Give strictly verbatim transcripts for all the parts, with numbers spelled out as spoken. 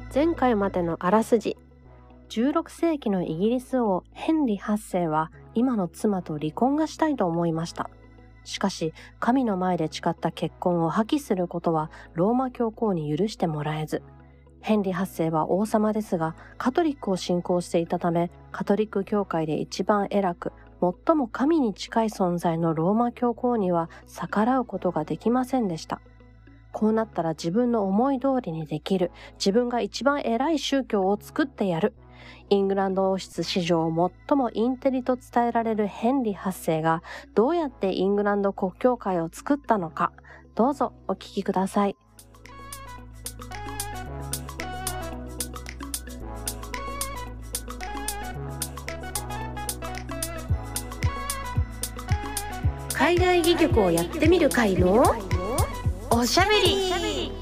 前回までのあらすじ。じゅうろくせいきのイギリス王ヘンリーはっせいは今の妻と離婚がしたいと思いました。しかし神の前で誓った結婚を破棄することはローマ教皇に許してもらえず、ヘンリーはっせいは王様ですがカトリックを信仰していたため、カトリック教会で一番偉く最も神に近い存在のローマ教皇には逆らうことができませんでした。こうなったら自分の思い通りにできる、自分が一番偉い宗教を作ってやる。イングランド王室史上最もインテリと伝えられるヘンリーはっせいがどうやってイングランド国教会を作ったのか、どうぞお聞きください。海外戯曲をやってみる会のおしゃべり。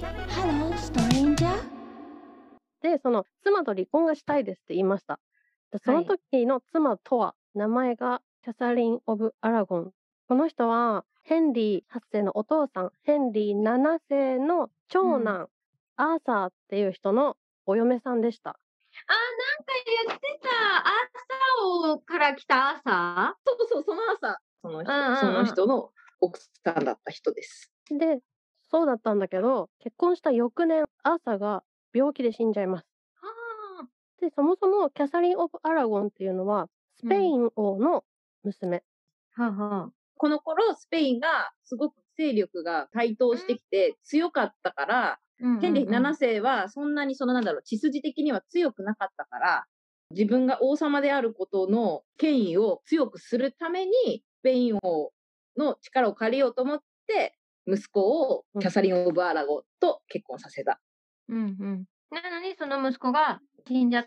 で、その妻と離婚がしたいですって言いました。でその時の妻とは、名前がキャサリン・オブ・アラゴン。この人はヘンリーはっせいのお父さん、ヘンリーななせいの長男、うん、アーサーっていう人のお嫁さんでした。 あー、なんか言ってた。アーサー王から来たアーサー？ そうそう、そのアーサー。その人、うんうんうん、その人の奥さんだった人です。 で、そうだったんだけど、結婚した翌年、アーサーが病気で死んじゃいます。 はで、そもそもキャサリン・オブ・アラゴンっていうのはスペイン王の娘。 うん、ははこの頃スペインがすごく勢力が台頭してきて強かったから、うんうんうん、ヘンリーななせいはそんなにそのなんだろう、血筋的には強くなかったから、自分が王様であることの権威を強くするためにスペイン王の力を借りようと思って息子をキャサリン・オブ・アラゴンと結婚させた。 うんうん、なのにその息子が死んじゃって、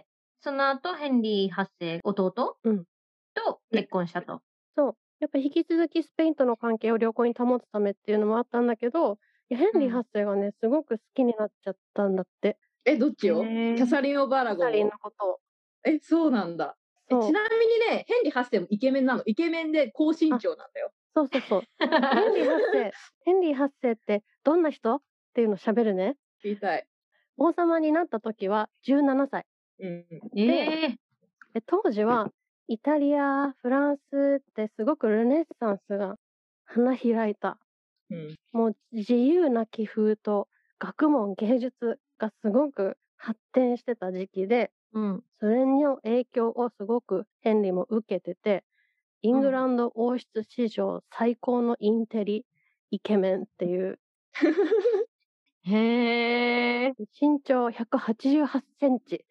その後ヘンリーはっせい弟、うん、と結婚したと。 そう。やっぱ引き続きスペインとの関係を良好に保つためっていうのもあったんだけど、いやヘンリーはっせいがね、すごく好きになっちゃったんだって。 え、どっちよ？キャサリン・オブ・アラゴン。 キャサリンのことを。 え、そうなんだ。え、ちなみにね、ヘンリーはっせいもイケメンなの。イケメンで高身長なんだよ。 そうそうそう。ヘンリーはっせい、ヘンリーはっせいってどんな人っていうの喋るね。 聞きたい。 王様になった時はじゅうななさい。 うん、えー、 で当時はイタリア、フランスってすごくルネッサンスが花開いた。うん、もう自由な気風と学問芸術がすごく発展してた時期で、うん、それの影響をすごくヘンリーも受けてて、イングランド王室史上最高のインテリイケメンっていうへー、 身長ひゃくはちじゅうはちセンチ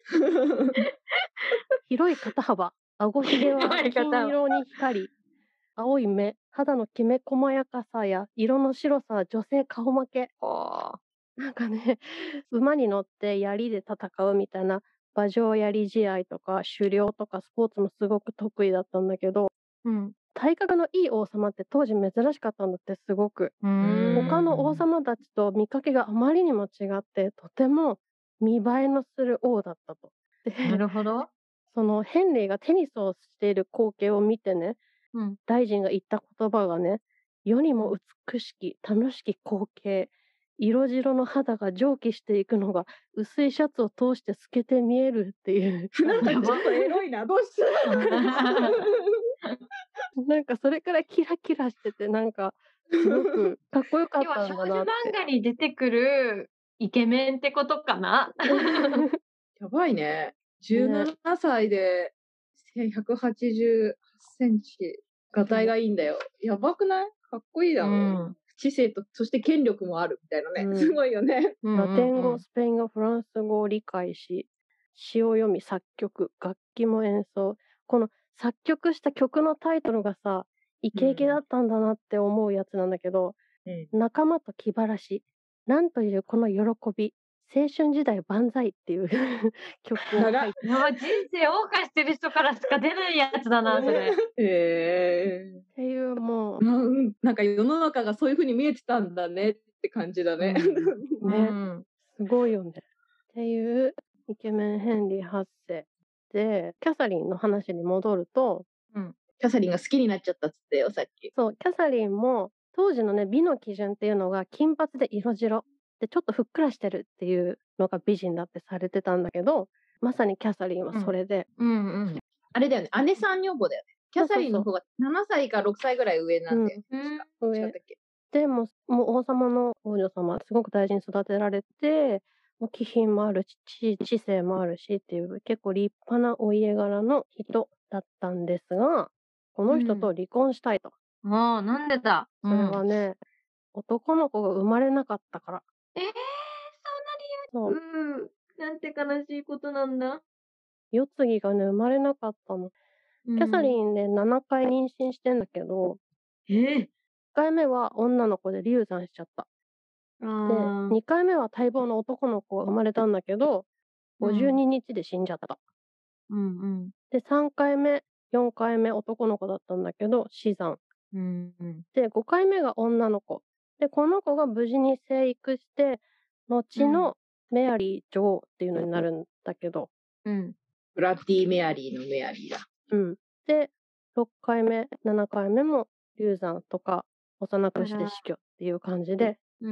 広い肩幅、顎ひげは金色に光り青い目、肌のきめ細やかさや色の白さは女性顔負け。なんかね、馬に乗って槍で戦うみたいな馬上槍試合とか狩猟とかスポーツもすごく得意だったんだけど、うん、体格のいい王様って当時珍しかったんだって。すごく他の王様たちと見かけがあまりにも違って、とても見栄えのする王だったと。 なるほど。 そのヘンリーがテニスをしている光景を見てね、うん、大臣が言った言葉がね、世にも美しき楽しき光景、色白の肌が蒸気していくのが薄いシャツを通して透けて見えるっていうなんかちょっとエロいな、どうしたなんかそれからキラキラしてて、なんかすごくかっこよかったんだなって。 少女漫画に出てくるイケメンってことかなやばいね。じゅうななさいでひゃくはちじゅうはちセンチ。がたいがいいんだよ。やばくない？かっこいいだろう、うん、知性とそして権力もあるみたいなね、うん、すごいよね。 ラテン語、スペイン語、フランス語を理解し、詩を読み作曲、楽器も演奏。この作曲した曲のタイトルがさ、イケイケだったんだなって思うやつなんだけど、うん、仲間と気晴らし、なんというこの喜び、青春時代万歳っていう曲を書いて、 人生謳歌してる人からしか出ないやつだなそれ。 えー、っていうもう、 うん、なんか世の中がそういう風に見えてたんだねって感じだね。 うん、ね、うん、すごいよね。っていうイケメンヘンリーはっせいで、キャサリンの話に戻ると、 うん、キャサリンが好きになっちゃったっつってよさっき。 そう、キャサリンも当時のね美の基準っていうのが金髪で色白。 でちょっとふっくらしてるっていうのが美人だってされてたんだけど、まさにキャサリンはそれで、 うんうんうん、あれだよね、姉さん女房だよね。キャサリンの方がななさいかろくさいぐらい上なんだよね。 うん、上でももう王様の王女様すごく大事に育てられて、もう気品もあるし知性もあるしっていう結構立派なお家柄の人だったんですが、この人と離婚したいと。 うん、ああ、なんでだ。 それはね、うん、男の子が生まれなかったから。 えー、そんな理由。そう。うん。なんて悲しいことなんだ。 世継ぎがね、生まれなかったの。キャサリンね、ななかい妊娠してんだけど、 えー、いっかいめは女の子で流産しちゃった。で、にかいめは待望の男の子が生まれたんだけど、ごじゅうににちで死んじゃった。 うんうん、 で、さんかいめ、よんかいめ男の子だったんだけど、死産。 うんうん、で、 ごかいめが女の子。で、この子が無事に生育して、後のメアリー女王っていうのになるんだけど。 うん。ブラッディ・メアリーのメアリーだ。 うん。で、ろっかいめ、ななかいめも流産とか、幼くして死去っていう感じで。 うん。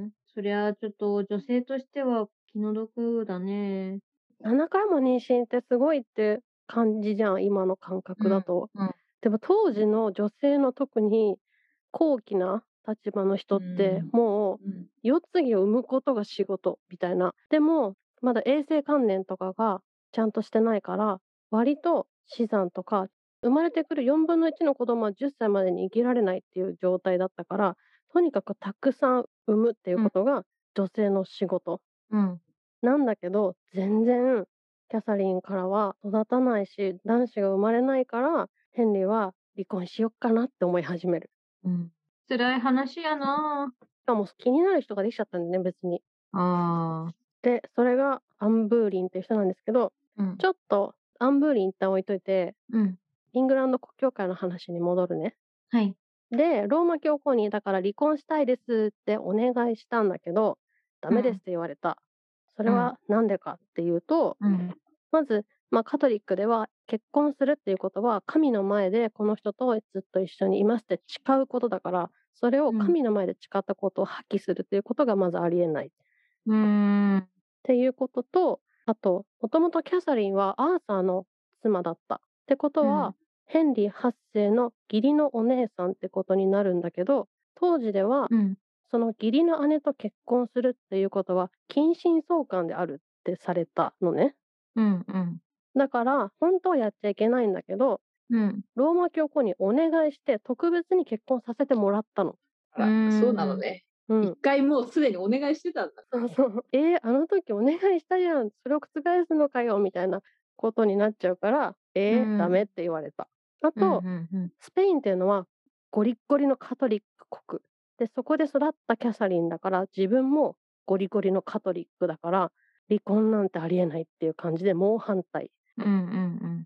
そりゃちょっと女性としては気の毒だね。 ななかいも妊娠ってすごいって感じじゃん、今の感覚だと。うんうん、でも当時の女性の特に高貴な立場の人って、もう世継ぎを産むことが仕事みたいな。でもまだ衛生観念とかがちゃんとしてないから、割と死産とか生まれてくるよんぶんのいちの子供はじゅっさいまでに生きられないっていう状態だったから、とにかくたくさん産むっていうことが女性の仕事。うん、なんだけど、全然キャサリンからは育たないし、男子が生まれないから、ヘンリーは離婚しよっかなって思い始める。 うん、辛い話やな。 しかも気になる人ができちゃったんだね、別に。あで、それがアン・ブーリンっていう人なんですけど、うん、ちょっとアン・ブーリン一旦置いといて、うん、イングランド国教会の話に戻るね。はい。で、ローマ教皇にだから離婚したいですってお願いしたんだけど、ダメですって言われた。うん、それはなんでかっていうと、うん、まず、まあ、カトリックでは結婚するっていうことは神の前でこの人とずっと一緒にいますって誓うことだから、それを神の前で誓ったことを破棄するっていうことがまずありえない。うーんっていうことと、あと、もともとキャサリンはアーサーの妻だった。ってことは、うん、ヘンリーはっせいの義理のお姉さんってことになるんだけど、当時では、うん、その義理の姉と結婚するっていうことは近親相関であるってされたのね。うんうん、だから本当はやっちゃいけないんだけど、うん、ローマ教皇にお願いして特別に結婚させてもらったの。 あら、そうなのね。一、うん、回もうすでにお願いしてたんだ。 そうそう。えー、あの時お願いしたじゃん。それを覆すのかよみたいなことになっちゃうから、えー、うん、ダメって言われた。あと、うんうんうん、スペインっていうのはゴリッゴリのカトリック国で、そこで育ったキャサリンだから、自分もゴリゴリのカトリックだから、離婚なんてありえないっていう感じで猛反対。うんうんうん、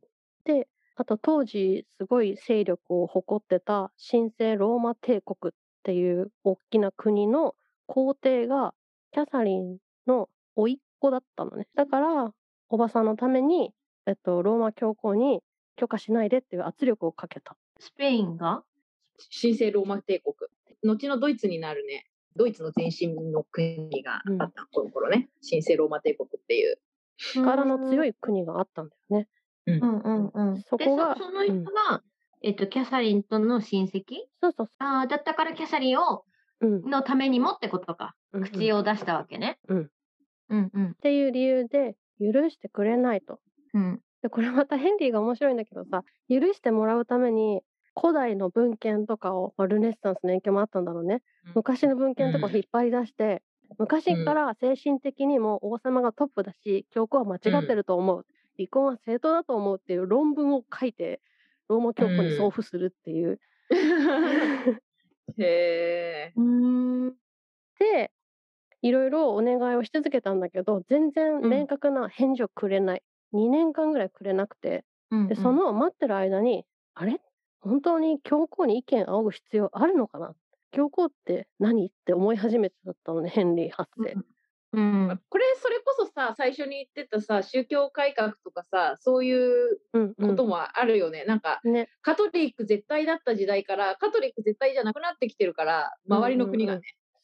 で、あと当時すごい勢力を誇ってた神聖ローマ帝国っていう大きな国の皇帝がキャサリンの甥っ子だったのね。だからおばさんのために、えっと、ローマ教皇に許可しないでっていう圧力をかけた。 スペインが神聖ローマ帝国。後のドイツになるね、ドイツの前身の国があった、うん、この頃ね、神聖ローマ帝国っていう力の強い国があったんだよね。 うんうんうん。そこが、その人が、うん、えっと、キャサリンとの親戚？ そうそうそう。 ああ、だったからキャサリンを、うん、のためにもってことか。うんうん、口を出したわけね。うん。 うんうん。っていう理由で、許してくれないと。うん。で、これまたヘンリーが面白いんだけどさ、許してもらうために、古代の文献とかを、まあ、ルネッサンスの影響もあったんだろうね。昔の文献とかを引っ張り出して、うん、昔から精神的にも王様がトップだし、教皇は間違ってると思う。うん、離婚は正当だと思うっていう論文を書いて、ローマ教皇に送付するっていう。うん、 へー。で、いろいろお願いをし続けたんだけど、全然明確な返事をくれない。うん、にねんかんぐらいくれなくて、うんうん、でその待ってる間に、あれ本当に教皇に意見仰ぐ必要あるのかな、教皇って何って思い始めてだったのね、ヘンリーはっせい。 うん、これそれこそさ、最初に言ってたさ、宗教改革とかさ、そういうこともあるよね。うんうん、なんか、ね、カトリック絶対だった時代からカトリック絶対じゃなくなってきてるから、周りの国がね。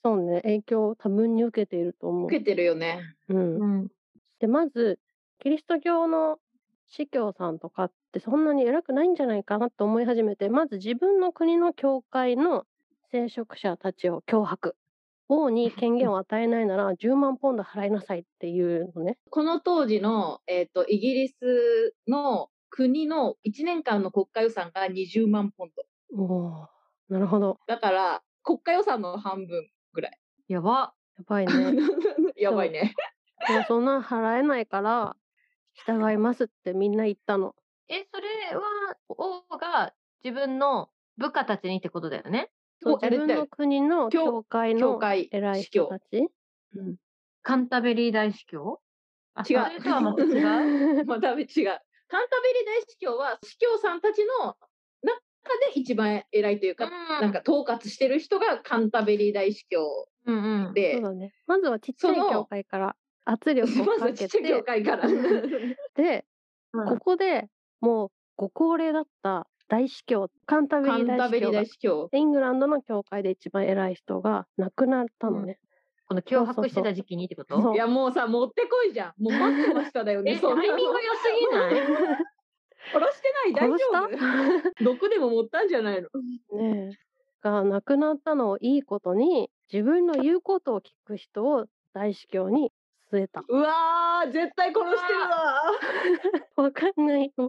そうね、影響を多分に受けていると思う。 受けてるよね。 うん。 うん。 で、まず、キリスト教の司教さんとかってそんなに偉くないんじゃないかなと思い始めて、まず自分の国の教会の聖職者たちを脅迫。王に権限を与えないならじゅうまんポンド払いなさいっていうのね。 この当時の、えっと、イギリスの国のいちねんかんの国家予算がにじゅうまんポンド。 おー、なるほど。 だから、国家予算の半分ぐらい。 やば。 やばいね。 やばいね。 でもそんな払えないから従いますってみんな言ったの。 え、それは王が自分の部下たちにってことだよね。 そう、自分の国の教会の偉い人たち。 うん、カンタベリー大司教。 違う。 それとはまた違う。 また違う。カンタベリー大司教は司教さんたちの中で一番偉いというか、うん、なんか統括してる人がカンタベリー大司教で、うんうん、 そうだね。まずはちっちゃい教会から圧力をかけて、 まずはちっちゃい教会からで、うん、ここでもうご高齢だった大司教カンタベリー大司教がイングランドの教会で一番偉い人が亡くなったのね。 うん、この脅迫してた時期にってこと？ いやもうさ、もってこいじゃん。もう待ってましただよね。 え、タイミング良すぎない？ 殺してない？大丈夫？毒でも持ったんじゃないの？ ねえ。が亡くなったのをいいことに自分の言うことを聞く人を大司教に据えた。 うわー、絶対殺してるわ。わかんないの。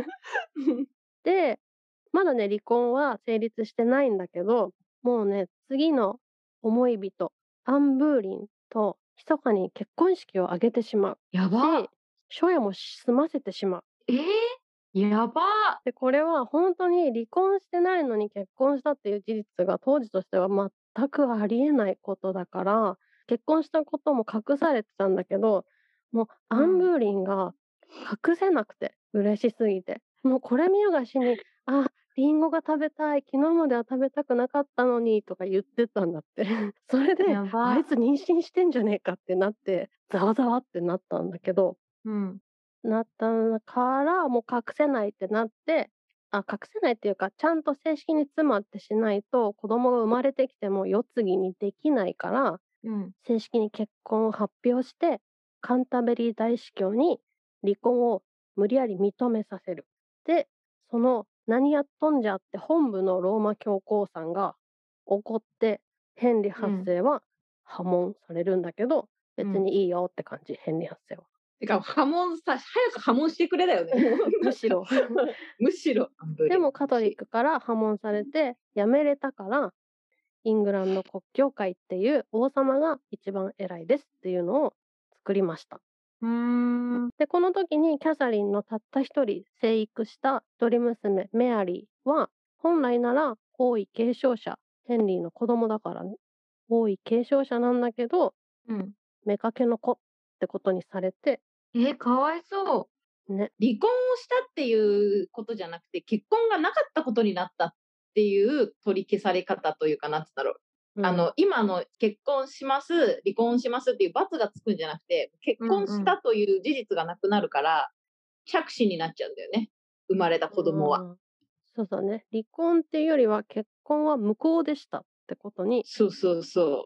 で、まだね離婚は成立してないんだけど、もうね次の思い人アン・ブーリンと密かに結婚式を挙げてしまう。 やば。 で、初夜も済ませてしまう。 えー、やば。 で、これは本当に離婚してないのに結婚したっていう事実が当時としては全くありえないことだから、結婚したことも隠されてたんだけど、もうアン・ブーリンが隠せなくて、嬉しすぎて。もうこれ見よがしに、あ、リンゴが食べたい、昨日までは食べたくなかったのにとか言ってたんだって。それで、あいつ妊娠してんじゃねえかってなって、ざわざわってなったんだけど、 うん、 なったからもう隠せないってなって、あ、隠せないっていうか、ちゃんと正式に妻ってしないと子供が生まれてきても世継ぎにできないから、うん、正式に結婚を発表してカンタベリー大司教に離婚を無理やり認めさせる。で、その何やっとんじゃって本部のローマ教皇さんが怒ってヘンリーはっせいは破門されるんだけど、うん、別にいいよって感じ、ヘンリーはっせいは。 てか破門さ、早く破門してくれだよね。 むしろ。 むしろ。 でもカトリックから破門されて辞めれたから、イングランド国教会っていう王様が一番偉いですっていうのを作りました。 うーん。 で、この時にキャサリンのたった一人生育した一人娘メアリーは、本来なら王位継承者、ヘンリーの子供だからね、王位継承者なんだけど、うん、妾の子ってことにされて、 え、かわいそう。 ね、離婚をしたっていうことじゃなくて、結婚がなかったことになったっていう取り消され方というかなんつったろう、うん、あの今の結婚します離婚しますっていう罰がつくんじゃなくて、結婚したという事実がなくなるから、うんうん、着手になっちゃうんだよね、生まれた子供は。 うん、そうだね、離婚っていうよりは結婚は無効でしたってことに。 そうそうそう。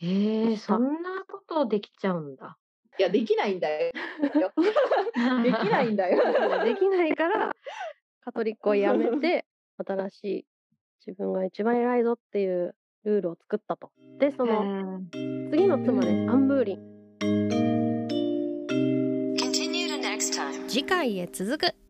へえ、そんなことできちゃうんだ。 いや、できないんだよ。できないんだよ。 できないから、カトリックをやめて、新しい自分が一番偉いぞっていうルールを作ったと。で、その次の妻ね、アン・ブーリン。次回へ続く。